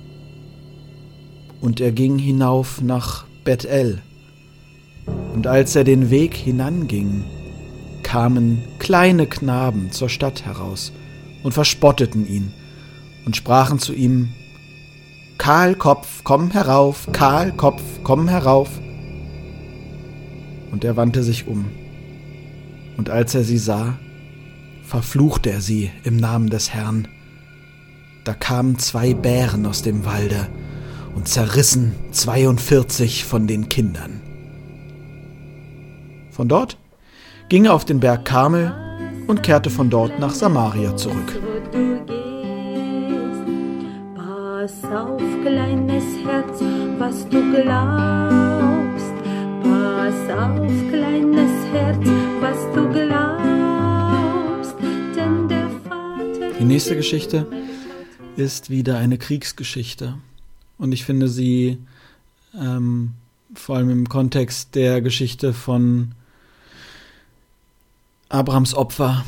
Speaker 3: Und er ging hinauf nach Bethel. Und als er den Weg hinanging, kamen kleine Knaben zur Stadt heraus und verspotteten ihn und sprachen zu ihm: Kahlkopf, komm herauf, Kahlkopf, komm herauf. Und er wandte sich um. Und als er sie sah, verfluchte er sie im Namen des Herrn. Da kamen 2 Bären aus dem Walde und zerrissen 42 von den Kindern. Von dort ging auf den Berg Karmel und kehrte von dort nach Samaria zurück.
Speaker 2: Wo du gehst. Pass auf, kleines Herz, was du glaubst. Pass auf, kleines Herz, was du glaubst. Denn der Vater...
Speaker 3: Die nächste Geschichte ist wieder eine Kriegsgeschichte. Und ich finde sie vor allem im Kontext der Geschichte von Abrahams Opfer,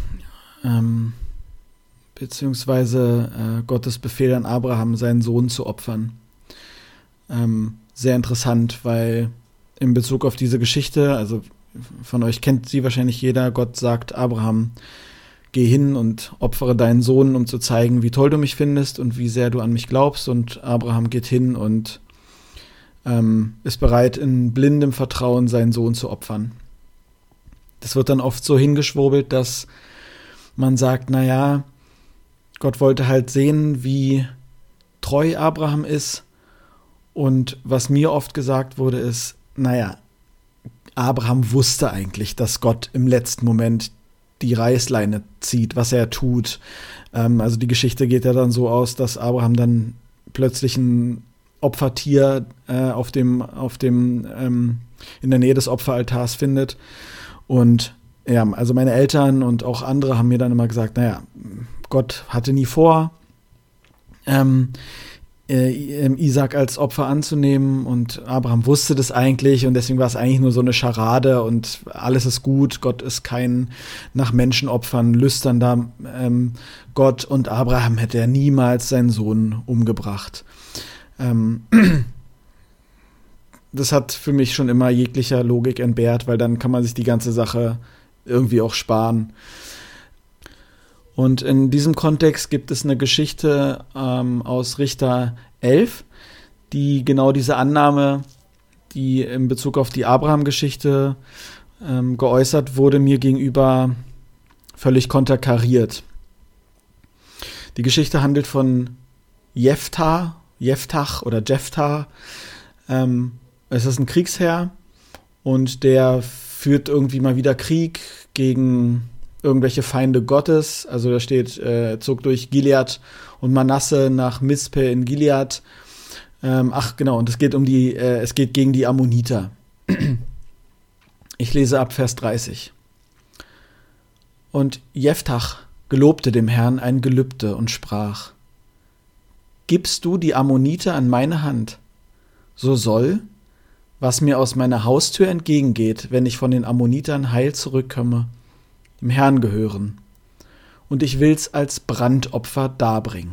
Speaker 3: beziehungsweise Gottes Befehl an Abraham, seinen Sohn zu opfern. Sehr interessant, weil in Bezug auf diese Geschichte, also von euch kennt sie wahrscheinlich jeder, Gott sagt Abraham, geh hin und opfere deinen Sohn, um zu zeigen, wie toll du mich findest und wie sehr du an mich glaubst. Und Abraham geht hin und ist bereit, in blindem Vertrauen seinen Sohn zu opfern. Das wird dann oft so hingeschwurbelt, dass man sagt, naja, Gott wollte halt sehen, wie treu Abraham ist. Und was mir oft gesagt wurde, ist, naja, Abraham wusste eigentlich, dass Gott im letzten Moment die Reißleine zieht, was er tut. Also die Geschichte geht ja dann so aus, dass Abraham dann plötzlich ein Opfertier in der Nähe des Opferaltars findet. Und ja, also meine Eltern und auch andere haben mir dann immer gesagt, naja, Gott hatte nie vor, Isaac als Opfer anzunehmen, und Abraham wusste das eigentlich, und deswegen war es eigentlich nur so eine Scharade und alles ist gut. Gott ist kein nach Menschenopfern lüsternder Gott, und Abraham hätte ja niemals seinen Sohn umgebracht. Das hat für mich schon immer jeglicher Logik entbehrt, weil dann kann man sich die ganze Sache irgendwie auch sparen. Und in diesem Kontext gibt es eine Geschichte aus Richter 11, die genau diese Annahme, die in Bezug auf die Abraham-Geschichte geäußert wurde, mir gegenüber völlig konterkariert. Die Geschichte handelt von Jephthah. Es ist ein Kriegsherr und der führt irgendwie mal wieder Krieg gegen irgendwelche Feinde Gottes. Also da steht, zog durch Gilead und Manasse nach Mispe in Gilead. Und es geht gegen die Ammoniter. Ich lese ab Vers 30. Und Jephthah gelobte dem Herrn ein Gelübde und sprach: Gibst du die Ammoniter an meine Hand, so soll, was mir aus meiner Haustür entgegengeht, wenn ich von den Ammonitern heil zurückkomme, dem Herrn gehören, und ich will's als Brandopfer darbringen.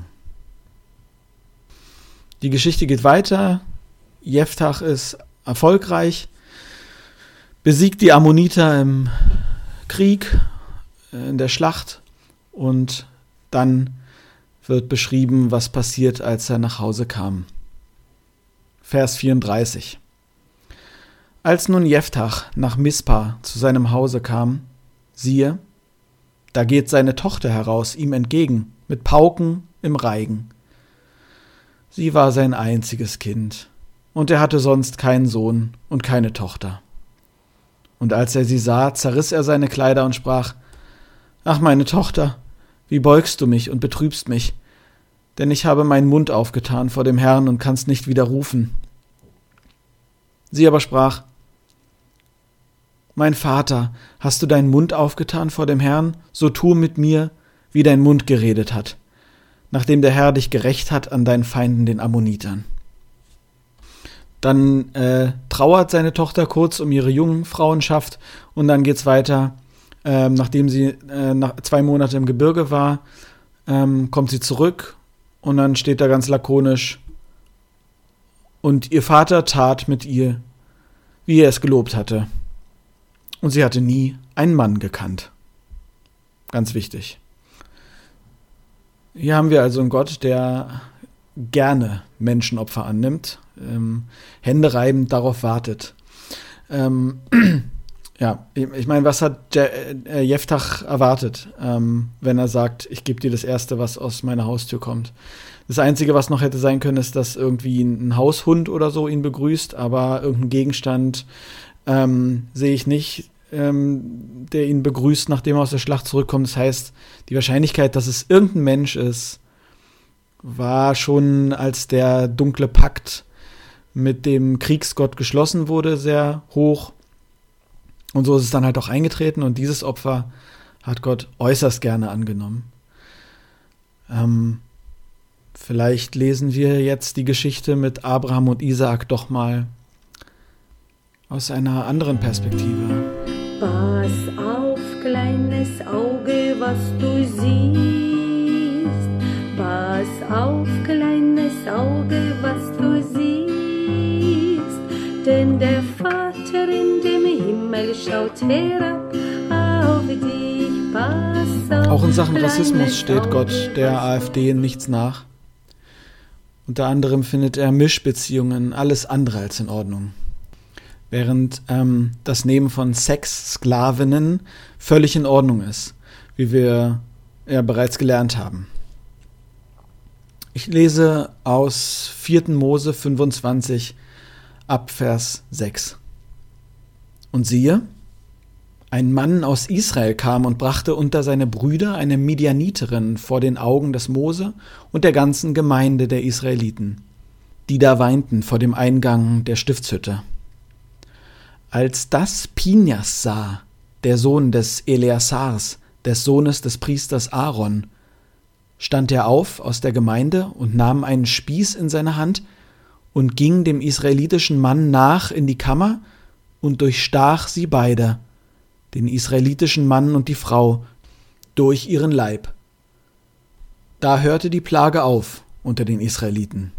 Speaker 3: Die Geschichte geht weiter. Jephthah ist erfolgreich, besiegt die Ammoniter im Krieg, in der Schlacht, und dann wird beschrieben, was passiert, als er nach Hause kam. Vers 34. Als nun Jephthah nach Mispa zu seinem Hause kam, siehe, da geht seine Tochter heraus ihm entgegen, mit Pauken im Reigen. Sie war sein einziges Kind, und er hatte sonst keinen Sohn und keine Tochter. Und als er sie sah, zerriss er seine Kleider und sprach: Ach, meine Tochter, wie beugst du mich und betrübst mich? Denn ich habe meinen Mund aufgetan vor dem Herrn und kann's nicht widerrufen. Sie aber sprach: Mein Vater, hast du deinen Mund aufgetan vor dem Herrn? So tue mit mir, wie dein Mund geredet hat, nachdem der Herr dich gerächt hat an deinen Feinden, den Ammonitern. Dann trauert seine Tochter kurz um ihre Jungfrauenschaft, und dann geht's weiter. Nachdem sie nach 2 Monate im Gebirge war, kommt sie zurück, und dann steht da ganz lakonisch: Und ihr Vater tat mit ihr, wie er es gelobt hatte. Und sie hatte nie einen Mann gekannt. Ganz wichtig. Hier haben wir also einen Gott, der gerne Menschenopfer annimmt, händereibend darauf wartet. Ja, ich meine, was hat Jephthah erwartet, wenn er sagt, ich gebe dir das Erste, was aus meiner Haustür kommt? Das Einzige, was noch hätte sein können, ist, dass irgendwie ein Haushund oder so ihn begrüßt, aber irgendein Gegenstand sehe ich nicht. der ihn begrüßt, nachdem er aus der Schlacht zurückkommt. Das heißt, die Wahrscheinlichkeit, dass es irgendein Mensch ist, war schon, als der dunkle Pakt mit dem Kriegsgott geschlossen wurde, sehr hoch. Und so ist es dann halt auch eingetreten und dieses Opfer hat Gott äußerst gerne angenommen. Vielleicht lesen wir jetzt die Geschichte mit Abraham und Isaak doch mal aus einer anderen Perspektive.
Speaker 2: Pass auf, kleines Auge, was du siehst. Pass auf, kleines Auge, was du siehst. Denn der Vater in dem Himmel schaut herab auf dich. Pass auf,
Speaker 3: auch in Sachen Rassismus steht
Speaker 2: Auge,
Speaker 3: Gott der AfD in nichts nach. Unter anderem findet er Mischbeziehungen alles andere als in Ordnung. Während das Nehmen von Sexsklavinnen völlig in Ordnung ist, wie wir ja bereits gelernt haben. Ich lese aus 4. Mose 25 ab Vers 6. Und siehe, ein Mann aus Israel kam und brachte unter seine Brüder eine Midianiterin vor den Augen des Mose und der ganzen Gemeinde der Israeliten, die da weinten vor dem Eingang der Stiftshütte. Als das Pinjas sah, der Sohn des Eleazars, des Sohnes des Priesters Aaron, stand er auf aus der Gemeinde und nahm einen Spieß in seine Hand und ging dem israelitischen Mann nach in die Kammer und durchstach sie beide, den israelitischen Mann und die Frau, durch ihren Leib. Da hörte die Plage auf unter den Israeliten.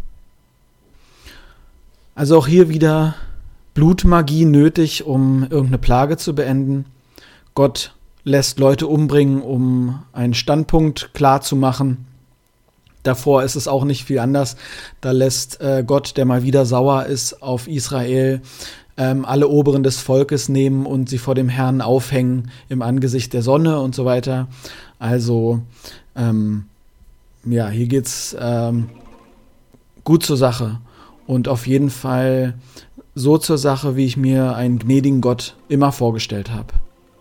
Speaker 3: Also auch hier wieder Blutmagie nötig, um irgendeine Plage zu beenden. Gott lässt Leute umbringen, um einen Standpunkt klar zu machen. Davor ist es auch nicht viel anders. Da lässt Gott, der mal wieder sauer ist auf Israel, alle Oberen des Volkes nehmen und sie vor dem Herrn aufhängen im Angesicht der Sonne und so weiter. Also, hier geht's gut zur Sache und auf jeden Fall so zur Sache, wie ich mir einen gnädigen Gott immer vorgestellt habe.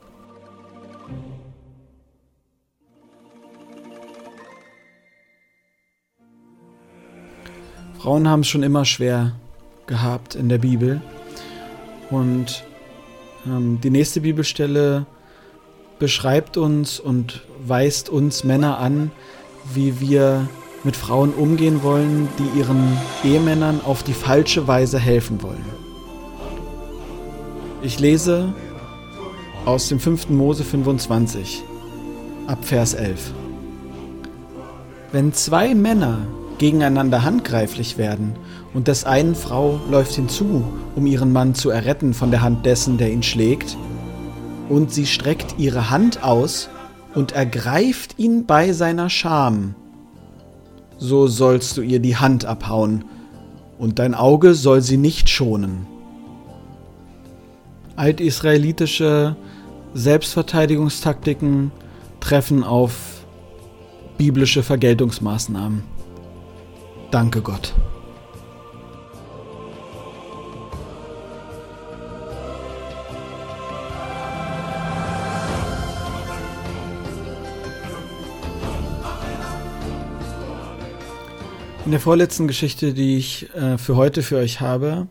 Speaker 3: Frauen haben es schon immer schwer gehabt in der Bibel. Und die nächste Bibelstelle beschreibt uns und weist uns Männer an, wie wir mit Frauen umgehen wollen, die ihren Ehemännern auf die falsche Weise helfen wollen. Ich lese aus dem 5. Mose 25, ab Vers 11. Wenn zwei Männer gegeneinander handgreiflich werden und des einen Frau läuft hinzu, um ihren Mann zu erretten von der Hand dessen, der ihn schlägt, und sie streckt ihre Hand aus und ergreift ihn bei seiner Scham, so sollst du ihr die Hand abhauen, und dein Auge soll sie nicht schonen. Altisraelitische Selbstverteidigungstaktiken treffen auf biblische Vergeltungsmaßnahmen. Danke Gott. In der vorletzten Geschichte, die ich für heute für euch habe,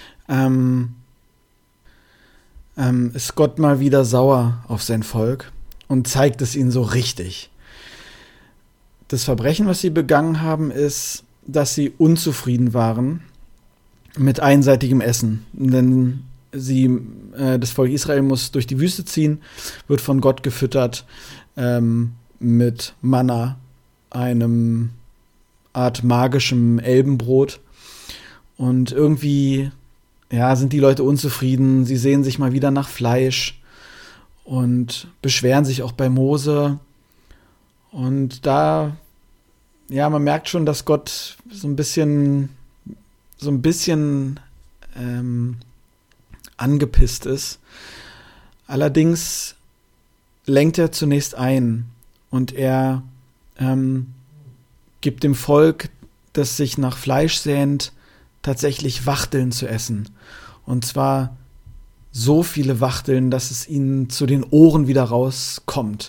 Speaker 3: ist Gott mal wieder sauer auf sein Volk und zeigt es ihnen so richtig. Das Verbrechen, was sie begangen haben, ist, dass sie unzufrieden waren mit einseitigem Essen. Denn das Volk Israel muss durch die Wüste ziehen, wird von Gott gefüttert mit Manna, einem Art magischem Elbenbrot. Und irgendwie sind die Leute unzufrieden. Sie sehen sich mal wieder nach Fleisch und beschweren sich auch bei Mose. Und da, man merkt schon, dass Gott so ein bisschen angepisst ist. Allerdings lenkt er zunächst ein und er gibt dem Volk, das sich nach Fleisch sehnt, tatsächlich Wachteln zu essen. Und zwar so viele Wachteln, dass es ihnen zu den Ohren wieder rauskommt.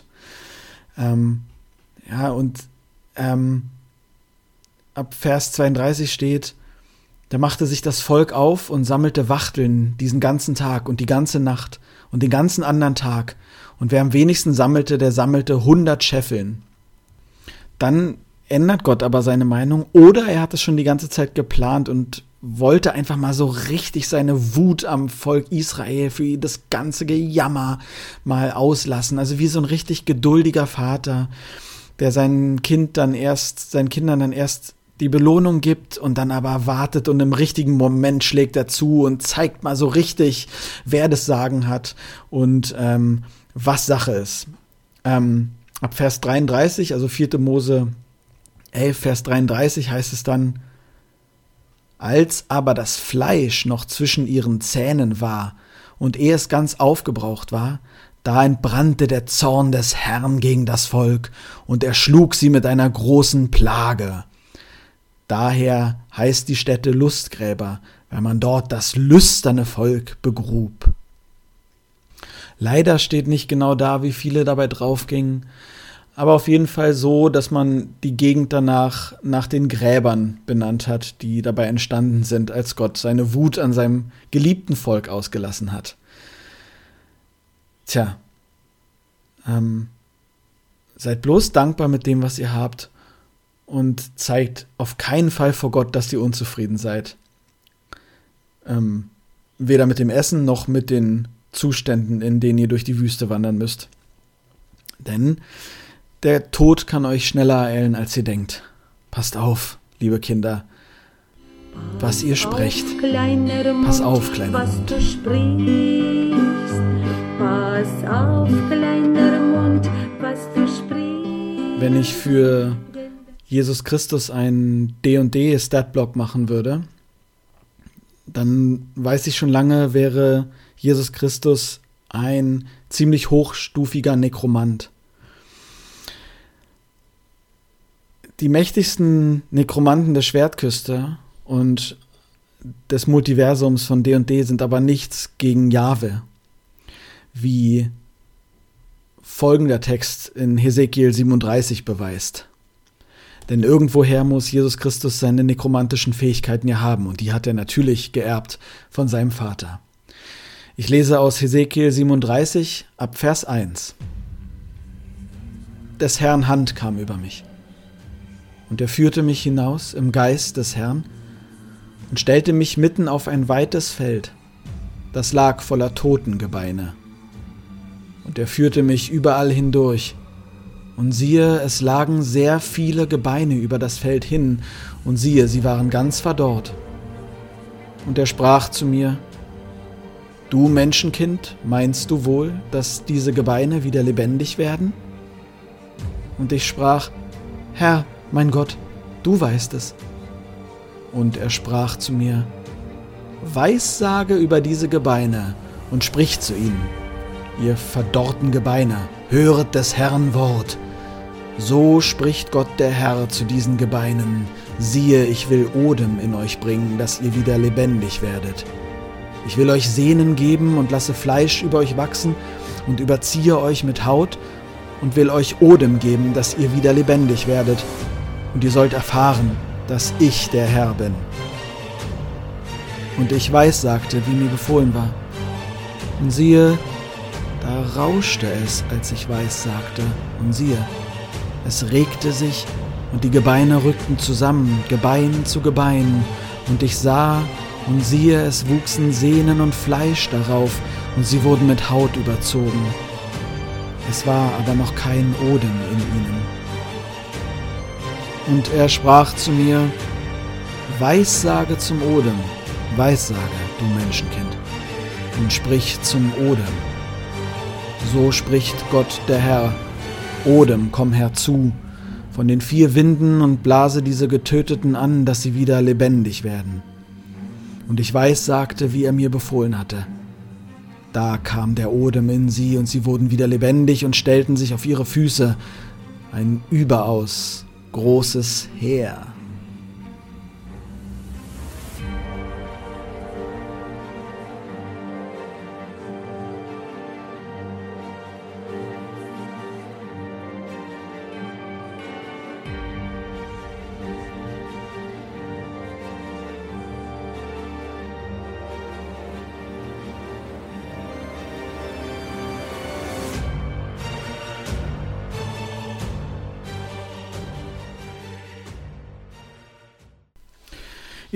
Speaker 3: Ab Vers 32 steht: Da machte sich das Volk auf und sammelte Wachteln diesen ganzen Tag und die ganze Nacht und den ganzen anderen Tag. Und wer am wenigsten sammelte, der sammelte 100 Scheffeln. Dann ändert Gott aber seine Meinung, oder er hat es schon die ganze Zeit geplant und wollte einfach mal so richtig seine Wut am Volk Israel für das ganze Gejammer mal auslassen. Also wie so ein richtig geduldiger Vater, der seinen Kindern dann erst die Belohnung gibt und dann aber wartet und im richtigen Moment schlägt er zu und zeigt mal so richtig, wer das Sagen hat und was Sache ist. Ab Vers 33, also 4. Mose 11, Vers 33 heißt es dann: Als aber das Fleisch noch zwischen ihren Zähnen war und ehe es ganz aufgebraucht war, da entbrannte der Zorn des Herrn gegen das Volk und er schlug sie mit einer großen Plage. Daher heißt die Stätte Lustgräber, weil man dort das lüsterne Volk begrub. Leider steht nicht genau da, wie viele dabei draufgingen, aber auf jeden Fall so, dass man die Gegend danach nach den Gräbern benannt hat, die dabei entstanden sind, als Gott seine Wut an seinem geliebten Volk ausgelassen hat. Tja, seid bloß dankbar mit dem, was ihr habt, und zeigt auf keinen Fall vor Gott, dass ihr unzufrieden seid. Weder mit dem Essen noch mit den Zuständen, in denen ihr durch die Wüste wandern müsst. Denn der Tod kann euch schneller ereilen, als ihr denkt. Passt auf, liebe Kinder, was ihr sprecht. Pass auf, kleiner
Speaker 2: was
Speaker 3: Mund.
Speaker 2: du sprichst. Pass auf, kleiner Mund, was du sprichst.
Speaker 3: Wenn ich für Jesus Christus einen D&D Statblock machen würde, dann weiß ich schon lange, wäre Jesus Christus ein ziemlich hochstufiger Nekromant. Die mächtigsten Nekromanten der Schwertküste und des Multiversums von D&D sind aber nichts gegen Jahwe, wie folgender Text in Hesekiel 37 beweist. Denn irgendwoher muss Jesus Christus seine nekromantischen Fähigkeiten ja haben, und die hat er natürlich geerbt von seinem Vater. Ich lese aus Hesekiel 37 ab Vers 1. Des Herrn Hand kam über mich, und er führte mich hinaus im Geist des Herrn und stellte mich mitten auf ein weites Feld, das lag voller Totengebeine. Und er führte mich überall hindurch, und siehe, es lagen sehr viele Gebeine über das Feld hin, und siehe, sie waren ganz verdorrt. Und er sprach zu mir: Du Menschenkind, meinst du wohl, dass diese Gebeine wieder lebendig werden? Und ich sprach: Herr, mein Gott, du weißt es. Und er sprach zu mir: Weissage über diese Gebeine und sprich zu ihnen: Ihr verdorrten Gebeine, höret des Herrn Wort. So spricht Gott der Herr zu diesen Gebeinen: Siehe, ich will Odem in euch bringen, dass ihr wieder lebendig werdet. Ich will euch Sehnen geben und lasse Fleisch über euch wachsen und überziehe euch mit Haut und will euch Odem geben, dass ihr wieder lebendig werdet. Und ihr sollt erfahren, dass ich der Herr bin. Und ich weissagte, wie mir befohlen war. Und siehe, da rauschte es, als ich weissagte. Und siehe, es regte sich, und die Gebeine rückten zusammen, Gebein zu Gebein. Und ich sah, und siehe, es wuchsen Sehnen und Fleisch darauf, und sie wurden mit Haut überzogen. Es war aber noch kein Odem in ihnen. Und er sprach zu mir: Weissage zum Odem, weissage, du Menschenkind, und sprich zum Odem. So spricht Gott der Herr: Odem, komm herzu, von den 4 Winden und blase diese Getöteten an, dass sie wieder lebendig werden. Und ich weissagte, wie er mir befohlen hatte. Da kam der Odem in sie, und sie wurden wieder lebendig und stellten sich auf ihre Füße, ein überaus großes Heer.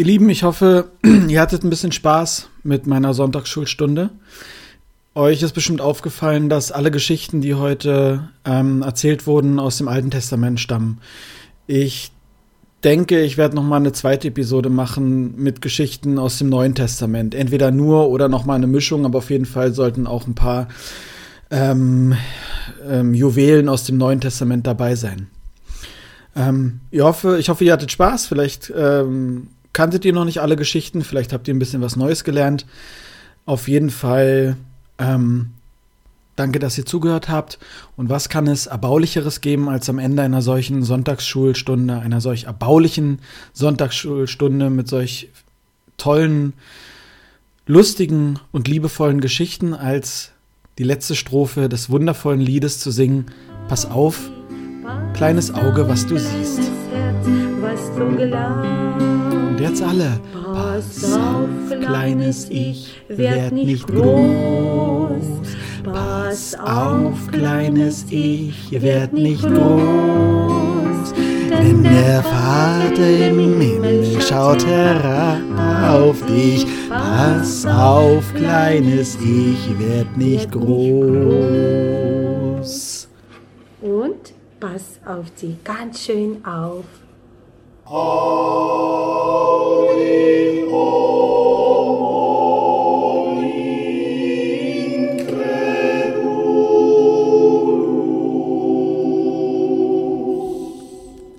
Speaker 3: Ihr Lieben, ich hoffe, ihr hattet ein bisschen Spaß mit meiner Sonntagsschulstunde. Euch ist bestimmt aufgefallen, dass alle Geschichten, die heute erzählt wurden, aus dem Alten Testament stammen. Ich denke, ich werde noch mal eine zweite Episode machen mit Geschichten aus dem Neuen Testament. Entweder nur oder noch mal eine Mischung, aber auf jeden Fall sollten auch ein paar Juwelen aus dem Neuen Testament dabei sein. Ich hoffe, ihr hattet Spaß. Vielleicht kanntet ihr noch nicht alle Geschichten. Vielleicht habt ihr ein bisschen was Neues gelernt. Auf jeden Fall danke, dass ihr zugehört habt. Und was kann es Erbaulicheres geben, als am Ende einer solchen Sonntagsschulstunde, einer solch erbaulichen Sonntagsschulstunde mit solch tollen, lustigen und liebevollen Geschichten, als die letzte Strophe des wundervollen Liedes zu singen. Pass auf, kleines Auge, was du siehst. Und jetzt alle. Pass auf, kleines Ich, werd nicht groß. Pass auf, kleines Ich, werd nicht groß. Denn der Vater im Himmel schaut herab auf dich. Pass auf, kleines Ich, werd nicht groß.
Speaker 2: Und pass auf sie ganz schön auf.
Speaker 1: Oh.